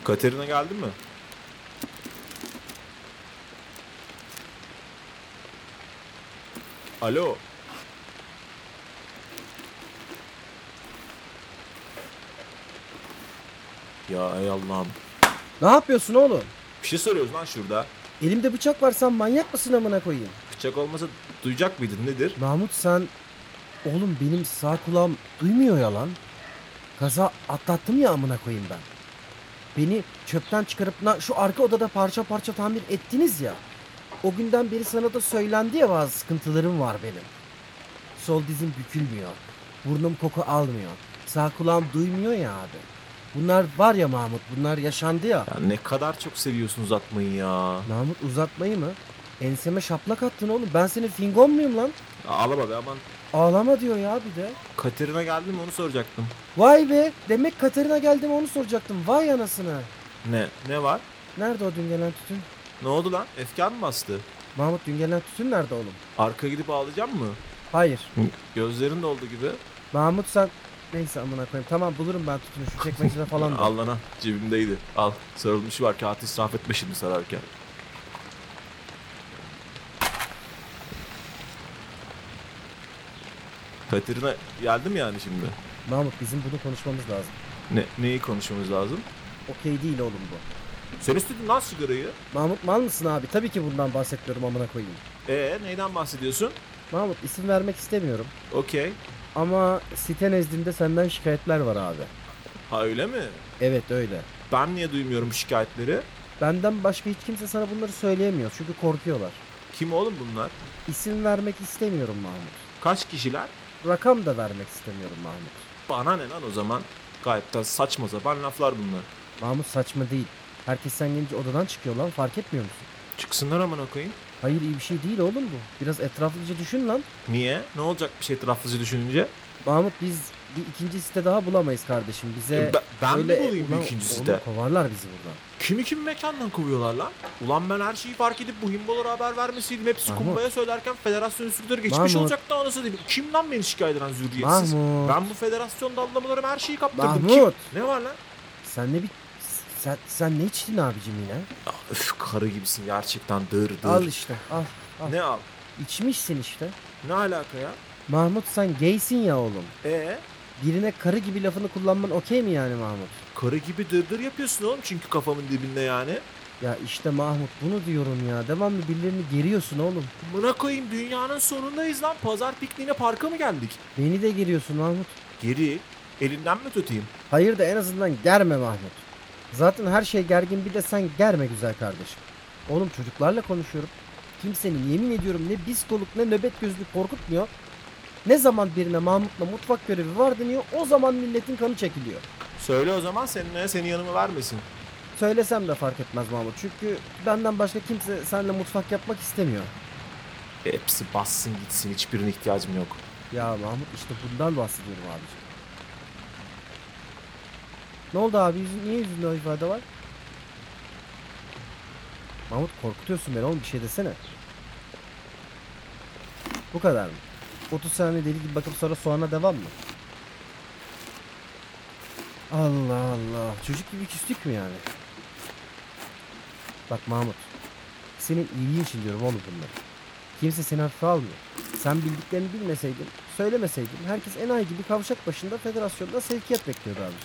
Katerina geldi mi? Alo. Ya ey Allah'ım. Ne yapıyorsun oğlum? Bir şey soruyoruz lan şurada. Elimde bıçak var, sen manyak mısın amına koyayım? Bıçak olmasa duyacak mıydın, nedir? Mahmut sen... Oğlum benim sağ kulağım duymuyor ya lan. Kaza atlattım ya amına koyayım ben. Beni çöpten çıkarıp şu arka odada parça parça tamir ettiniz ya. O günden beri sana da söylendi ya, bazı sıkıntılarım var benim. Sol dizim bükülmüyor. Burnum koku almıyor. Sağ kulağım duymuyor ya abi. Bunlar var ya Mahmut, bunlar yaşandı ya. Ya ne kadar çok seviyorsun uzatmayı ya. Mahmut uzatmayı mı? Enseme şaplak attın oğlum. Ben senin fingon muyum lan? Ağlama be aman. Ağlama diyor ya bir de. Katerina geldi mi onu soracaktım. Vay be. Demek Katerina geldi mi onu soracaktım. Vay anasını. Ne var? Nerede o dün gelen tütün? Ne oldu lan? Efkar mı bastı? Mahmut dün gelen tütün nerede oğlum? Arka gidip ağlayacak mı? Hayır. Gözlerin doldu gibi. Mahmut sen... Neyse amına koyayım. Tamam bulurum ben tütünü. Şu çekmecede falan da. Al lan al. Cebimdeydi. Al. Sarılmışı var. Kağıt israf etme şimdi sararken. Katerina geldi mi yani şimdi? Mahmut bizim bunu konuşmamız lazım. Neyi konuşmamız lazım? Okey değil oğlum bu. Sen istedin lan sigarayı. Mahmut mal mısın abi? Tabii ki bundan bahsetmiyorum amına koyayım. Neyden bahsediyorsun? Mahmut isim vermek istemiyorum. Okey. Ama site nezdinde senden şikayetler var abi. Ha öyle mi? Evet öyle. Ben niye duymuyorum bu şikayetleri? Benden başka hiç kimse sana bunları söyleyemiyor. Çünkü korkuyorlar. Kim oğlum bunlar? İsim vermek istemiyorum Mahmut. Kaç kişiler? Rakam da vermek istemiyorum Mahmut. Bana ne lan o zaman? Gayet de saçma sapan laflar bunlar. Mahmut saçma değil. Herkes sen gelince odadan çıkıyor lan, fark etmiyor musun? Çıksınlar amına koyayım. Hayır iyi bir şey değil oğlum bu. Biraz etraflıca düşün lan. Niye? Ne olacak bir şey etraflıca düşününce? Mahmut biz bir ikinci site daha bulamayız kardeşim. Bize Ben mi öyle... bulayım bir Ulan, ikinci oğlum, site? kovarlar bizi buradan. Kimi mekandan kovuyorlar lan? Ulan ben her şeyi fark edip bu himbolara haber vermeseydim, hepsi Mahmut. kumbaya söylerken federasyon üstünleri geçmiş Mahmut. olacaktı anasını diyeyim. Kim lan beni şikayet eden zürriyetsiz? Mahmut. Ben bu federasyon dallamalarım her şeyi kaptırdım. Mahmut. Ne var lan? Sen ne bir... Sen ne içtin abicim yine? Öf karı gibisin gerçekten dır. Al işte al. Ne al? İçmişsin işte. Ne alaka ya? Mahmut sen gaysin ya oğlum. Ee? Birine karı gibi lafını kullanman okey mi yani Mahmut? Karı gibi dırdır yapıyorsun oğlum çünkü kafamın dibinde yani. Ya işte Mahmut bunu diyorum ya. Devamlı birilerini geriyorsun oğlum. Buna koyayım dünyanın sonundayız lan. Pazar pikniğine parka mı geldik? Beni de geriyorsun Mahmut. Geri. Elinden mi tutayım? Hayır da en azından germe Mahmut. Zaten her şey gergin, bir de sen germe güzel kardeşim. Oğlum çocuklarla konuşuyorum. Kimsenin yemin ediyorum ne psikolog ne nöbet gözlü korkutmuyor. Ne zaman birine Mahmut'la mutfak görevi var deniyor, o zaman milletin kanı çekiliyor. Söyle o zaman seninle seni yanıma vermesin. Söylesem de fark etmez Mahmut. Çünkü benden başka kimse seninle mutfak yapmak istemiyor. Hepsi bassın gitsin, hiçbirine ihtiyacım yok. Ya Mahmut işte bundan bahsediyorum abiciğim. Ne oldu abi? Niye yüzünde o ifade var? Mahmut korkutuyorsun beni oğlum, bir şey desene. Bu kadar mı? 30 saniye deli gibi bakıp sonra soğana devam mı? Allah Allah. Çocuk gibi küstük mü yani? Bak Mahmut. Senin iyiliğin için diyorum oğlum bunları. Kimse seni hafife almıyor. Sen bildiklerini bilmeseydin, söylemeseydin, herkes enayi gibi kavşak başında federasyonda sevkiyat bekliyordu abicim.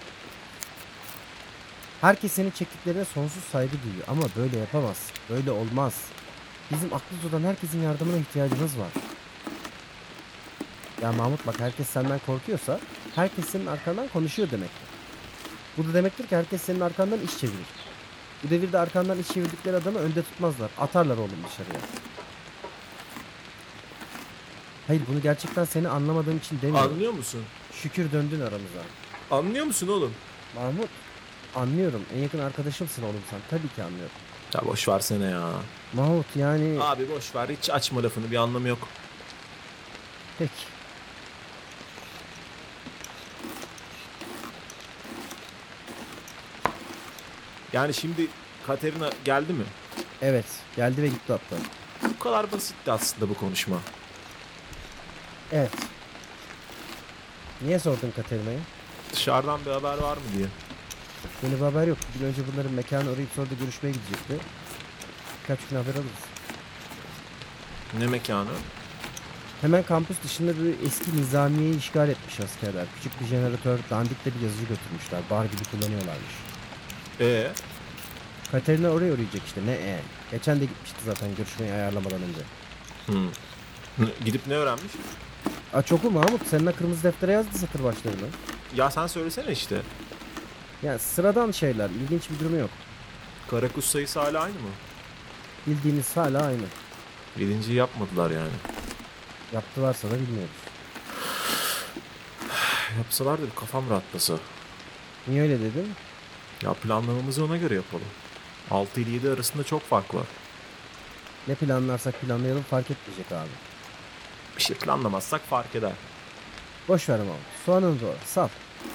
Herkes senin çektiklerine sonsuz saygı duyuyor ama böyle yapamaz. Böyle olmaz. Bizim aklı tutan herkesin yardımına ihtiyacımız var. Ya Mahmut bak, herkes senden korkuyorsa herkes senin arkandan konuşuyor demektir. Bu da demektir ki herkes senin arkandan iş çevirir. Bu devirde arkandan iş çevirdikleri adamı önde tutmazlar. Atarlar oğlum dışarıya. Hayır bunu gerçekten seni anlamadığım için demiyorum. Anlıyor musun? Şükür döndün aramıza. Anlıyor musun oğlum? Mahmut anlıyorum. En yakın arkadaşımsın oğlum sen. Tabii ki anlıyorum. Ya boş versene ya. Mahmut yani... Abi boş ver, hiç açma lafını, bir anlamı yok. Peki. Yani şimdi Katerina geldi mi? Evet. Geldi ve gitti hatta. Bu kadar basitti aslında bu konuşma. Evet. Niye sordun Katerina'yı? Dışarıdan bir haber var mı diye. Yeni bir haber yok. Bir gün önce bunların mekanı arayıp sonra da görüşmeye gidecekti. Birkaç gün haber alırız. Ne mekanı? Hemen kampüs dışında bir eski nizamiyeyi işgal etmiş askerler. Küçük bir jeneratör, dandik de bir yazıcı götürmüşler. Bar gibi kullanıyorlarmış. Katerina oraya uğrayacak işte. Geçen de gitmişti zaten görüşmeyi ayarlamadan önce. Gidip ne öğrenmiş? Aç oku Mahmut. Seninle kırmızı deftere yazdı satır başlarını. Ya sen söylesene işte. Yani sıradan şeyler. İlginç bir durumu yok. Karakuş sayısı hala aynı mı? Bildiğiniz hala aynı. Birinciyi yapmadılar yani. Yaptılarsa da bilmiyoruz. Yapsalar da bir kafam rahatlasa. Niye öyle dedin? Ya planlamamızı ona göre yapalım. 6 ile 7 arasında çok fark var. Ne planlarsak planlayalım fark etmeyecek abi. Bir şey planlamazsak fark eder. Boş ver Mahmut. Soğanını doğru. Sal.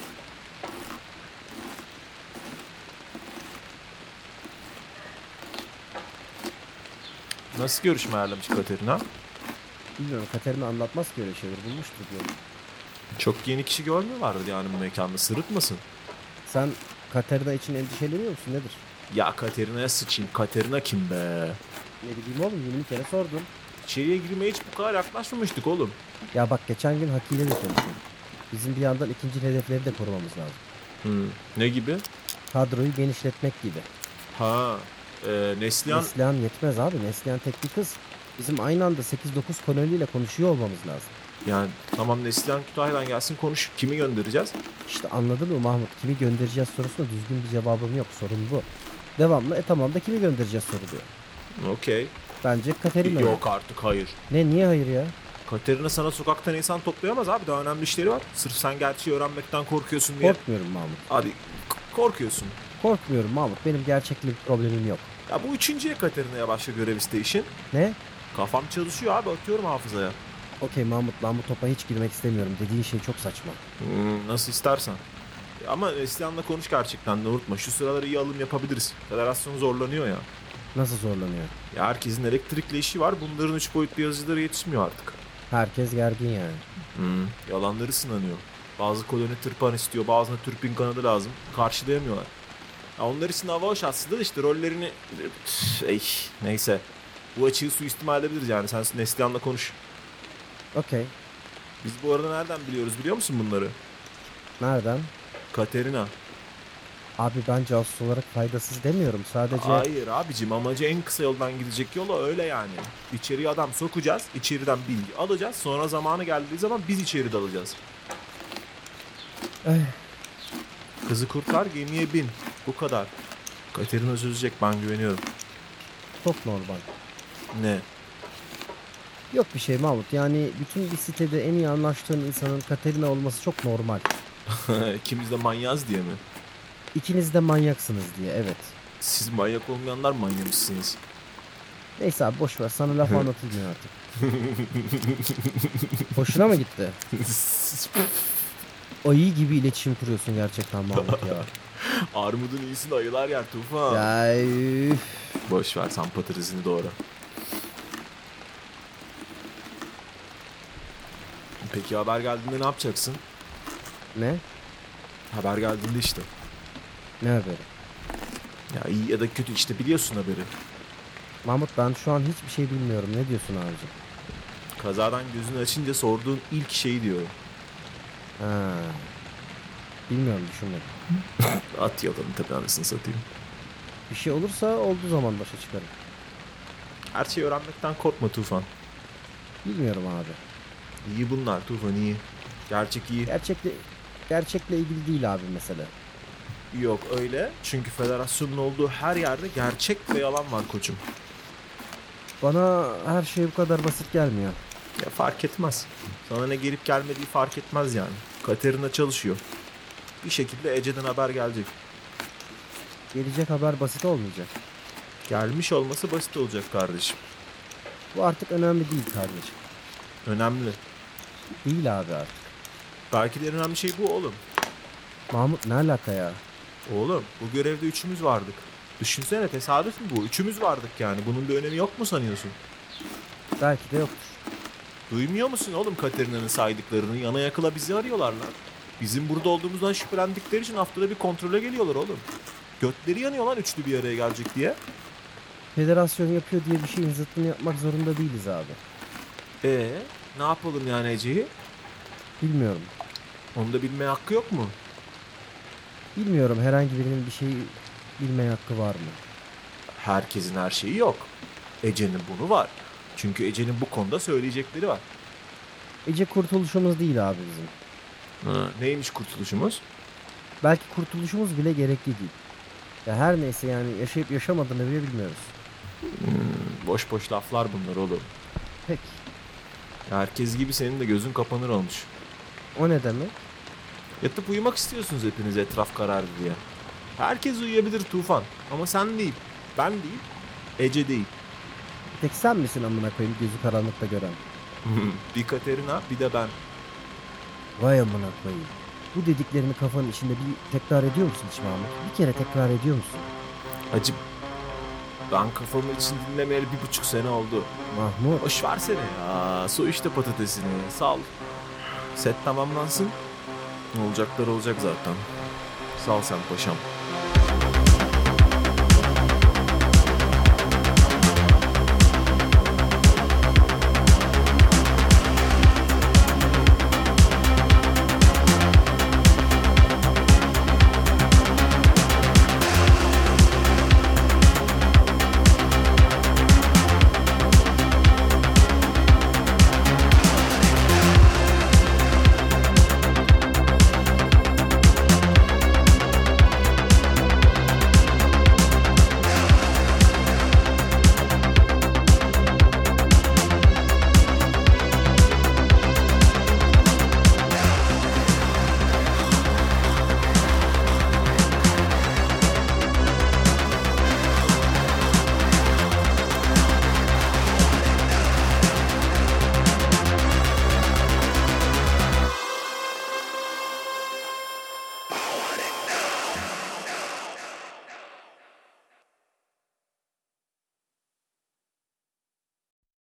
Nasıl görüşme ayarlamış Katerina? Bilmiyorum. Katerina anlatmaz ki öyle şeyleri. Bulmuştur diyorum. Çok yeni kişi görmüyorlardı yani bu mekanda, sırıtmasın. Sen Katerina için endişeleniyor musun? Nedir? Ya Katerina'ya sıçayım. Katerina kim be? Ne bileyim oğlum. 20 kere sordum. İçeriye girmeye hiç bu kadar yaklaşmamıştık oğlum. Ya bak geçen gün Haki ile de konuştum. Bizim bir yandan ikinci hedefleri de korumamız lazım. Ne gibi? Kadroyu genişletmek gibi. Ha, Neslihan... Neslihan yetmez abi. Neslihan tek bir kız. Bizim aynı anda 8-9 koloniyle konuşuyor olmamız lazım. Yani tamam, Neslihan Kütahya'dan gelsin konuş. Kimi göndereceğiz? İşte anladın mı Mahmut? Kimi göndereceğiz sorusuna düzgün bir cevabım yok. Sorun bu. Devamlı tamam da kimi göndereceğiz soruluyor. Okey. Bence Katerina. Yok artık, hayır. Niye hayır ya? Katerina sana sokaktan insan toplayamaz abi. Daha önemli işleri var. Sırf sen gerçeği öğrenmekten korkuyorsun diye. Korkmuyorum Mahmut. Hadi korkuyorsun. Korkmuyorum Mahmut. Benim gerçekli bir problemim yok. Ya bu üçüncüye Katerina'ya başka görev işin. Ne? Kafam çalışıyor abi, atıyorum hafızaya. Okey Mahmut, ben bu topa hiç girmek istemiyorum. Dediğin şey çok saçma. Nasıl istersen. Ama Neslihan'la konuş gerçekten de, unutma. Şu sıralar iyi alım yapabiliriz. Federasyon zorlanıyor ya. Nasıl zorlanıyor? Ya herkesin elektrikle işi var. Bunların 3 boyutlu yazıcıları yetişmiyor artık. Herkes gergin yani. Yalanları sınanıyor. Bazı koloni tırpan istiyor. Bazına türpin kanadı lazım. Karşılayamıyorlar. Ya onlar için hava hoş aslında da işte rollerini... Neyse. Bu açığı suistimal edebiliriz yani. Sen Neslihan'la konuş. Okey. Biz bu arada nereden biliyoruz biliyor musun bunları? Nereden? Katerina. Abi ben casus olarak faydasız demiyorum. Sadece... Hayır abicim, amacı en kısa yoldan gidecek yola öyle yani. İçeriye adam sokacağız. İçeriden bilgi alacağız. Sonra zamanı geldiği zaman biz içeri dalacağız. Eh, Kızı kurtar, gemiye bin. Bu kadar. Katerina çözecek, ben güveniyorum. çok normal. Ne? Yok bir şey Mahmut. Yani bütün bir sitede en iyi anlaştığın insanın Katerina olması çok normal. İkimiz de manyaz diye mi? İkiniz de manyaksınız diye, evet. Siz manyak olmayanlar manyamışsınız. Neyse abi boş ver. Sana laf anlatılmıyor artık. Hoşuna mı gitti? Ayı gibi iletişim kuruyorsun gerçekten Mahmut ya. Armudun iyisini ayılar yer Tufan. Ya üf. Boş ver, sen patatesini doğra. Peki haber geldiğinde ne yapacaksın? Ne? Haber geldiğinde işte. Ne haberi? Ya iyi ya da kötü işte, biliyorsun haberi. Mahmut ben şu an hiçbir şey bilmiyorum. Ne diyorsun abicim? Kazadan gözünü açınca sorduğun ilk şey diyorum. Ha. Bilmiyorum, düşünmedim. At yalanı tabii, anasını satayım. Bir şey olursa olduğu zaman başa çıkarım. Her şeyi öğrenmekten korkma Tufan. Bilmiyorum abi. İyi bunlar Tufan, iyi. Gerçek iyi. Gerçekle ilgili değil abi mesele. Yok öyle. Çünkü federasyonun olduğu her yerde gerçek ve yalan var koçum. Bana her şey bu kadar basit gelmiyor. Ya fark etmez. Sana ne gelip gelmediği fark etmez yani. Katerina çalışıyor. Bir şekilde Ece'den haber gelecek. Gelecek haber basit olmayacak. Gelmiş olması basit olacak kardeşim. Bu artık önemli değil kardeşim. Önemli. Değil abi artık. Belki de en önemli şey bu oğlum. Mahmut ne alaka ya? Oğlum bu görevde üçümüz vardık. Düşünsene, tesadüf mü bu? Üçümüz vardık yani. Bunun bir önemi yok mu sanıyorsun? Belki de yoktur. Duymuyor musun oğlum Katerina'nın saydıklarını? Yana yakıla bizi arıyorlar lan. Bizim burada olduğumuzdan şüphelendikleri için haftada bir kontrole geliyorlar oğlum. Götleri yanıyor lan üçlü bir araya gelecek diye. Federasyon yapıyor diye bir şeyin zıttını yapmak zorunda değiliz abi. Ne yapalım yani Ece'yi? Bilmiyorum. Onu da bilmeye hakkı yok mu? Bilmiyorum herhangi birinin bir şeyi bilmeye hakkı var mı? Herkesin her şeyi yok. Ece'nin bunu var. Çünkü Ece'nin bu konuda söyleyecekleri var. Ece kurtuluşumuz değil abi bizim. Neymiş kurtuluşumuz? Belki kurtuluşumuz bile gerekli değil. Ya her neyse yani yaşayıp yaşamadığını bile bilmiyoruz. Boş boş laflar bunlar oğlum. Peki. Herkes gibi senin de gözün kapanır olmuş. O ne demek? Yatıp uyumak istiyorsunuz hepiniz etraf karardı diye. Herkes uyuyabilir Tufan. Ama sen değil, ben değil, Ece değil. Tek sen misin amına koyayım gözü karanlıkta gören? Bir Katerina bir de ben. Vay amına koyayım. Bu dediklerini kafanın içinde bir tekrar ediyor musun hiç Mahmut? Bir kere tekrar ediyor musun? Hacı ben kafamı için dinlemeyeli 1,5 sene oldu. Mahmut. Boş versene ya. Soy işte patatesini. Sal. Set tamamlansın. Olacaklar olacak zaten. Sal sen paşam.